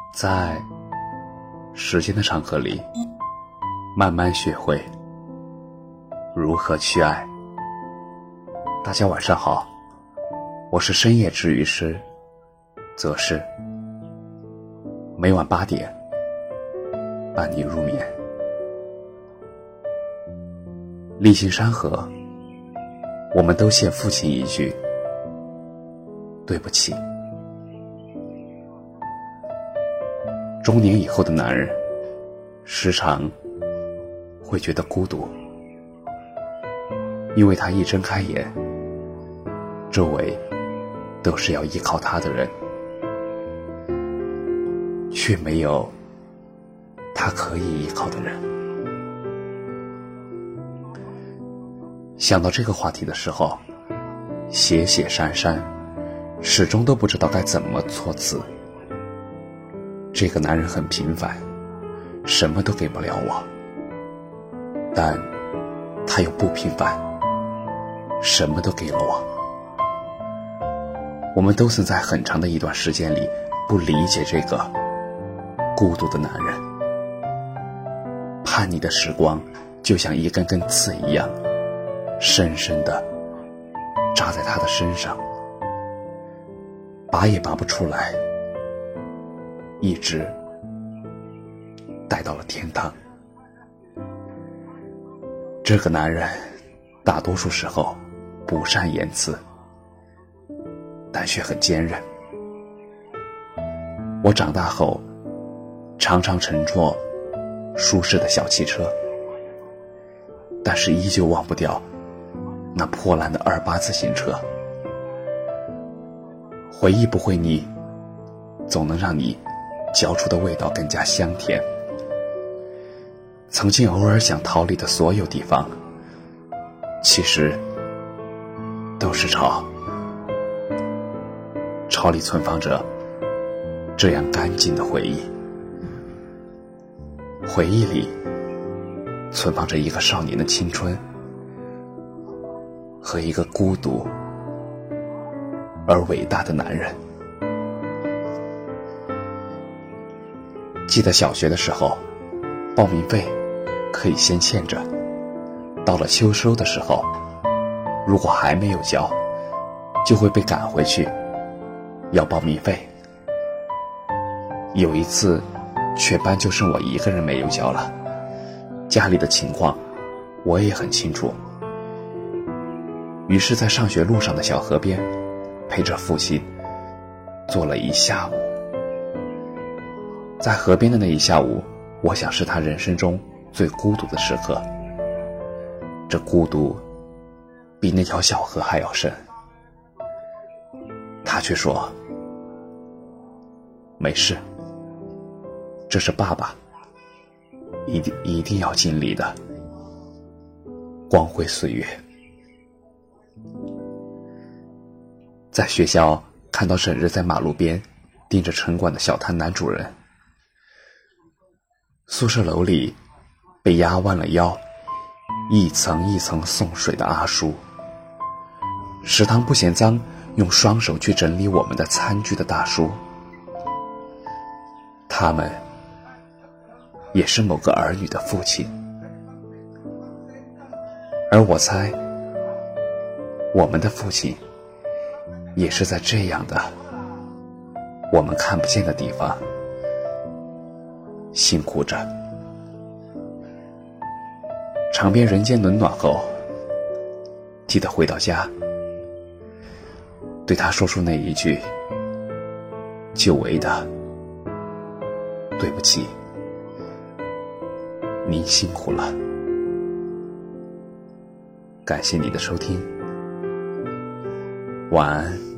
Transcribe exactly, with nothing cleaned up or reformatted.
在时间的长河里，慢慢学会如何去爱。大家晚上好，我是深夜治愈师则是每晚八点伴你入眠。历经山河，我们都欠父亲一句对不起。中年以后的男人时常会觉得孤独，因为他一睁开眼，周围都是要依靠他的人，却没有他可以依靠的人。想到这个话题的时候，写写删删，始终都不知道该怎么措辞。这个男人很平凡，什么都给不了我，但他又不平凡，什么都给了我。我们都曾在很长的一段时间里不理解这个孤独的男人。叛逆的时光就像一根根刺一样，深深地扎在他的身上，拔也拔不出来，一直带到了天堂。这个男人大多数时候不善言辞，但却很坚韧。我长大后常常乘坐舒适的小汽车，但是依旧忘不掉那破烂的二八自行车。回忆不会腻，总能让你嚼出的味道更加香甜。曾经偶尔想逃离的所有地方，其实都是巢，巢里存放着这样干净的回忆。回忆里存放着一个少年的青春和一个孤独而伟大的男人。记得小学的时候，报名费可以先欠着，到了秋收的时候，如果还没有交，就会被赶回去要报名费。有一次全班就剩我一个人没有交了，家里的情况我也很清楚，于是在上学路上的小河边陪着父亲坐了一下午。在河边的那一下午，我想是他人生中最孤独的时刻。这孤独比那条小河还要深。他却说没事，这是爸爸一定一定要经历的光辉岁月。在学校看到整日在马路边盯着城管的小摊男主人，宿舍楼里被压弯了腰，一层一层送水的阿叔，食堂不嫌脏，用双手去整理我们的餐具的大叔，他们也是某个儿女的父亲。而我猜，我们的父亲也是在这样的我们看不见的地方辛苦着。尝遍人间冷暖后，记得回到家对他说出那一句久违的对不起，您辛苦了。感谢你的收听，晚安。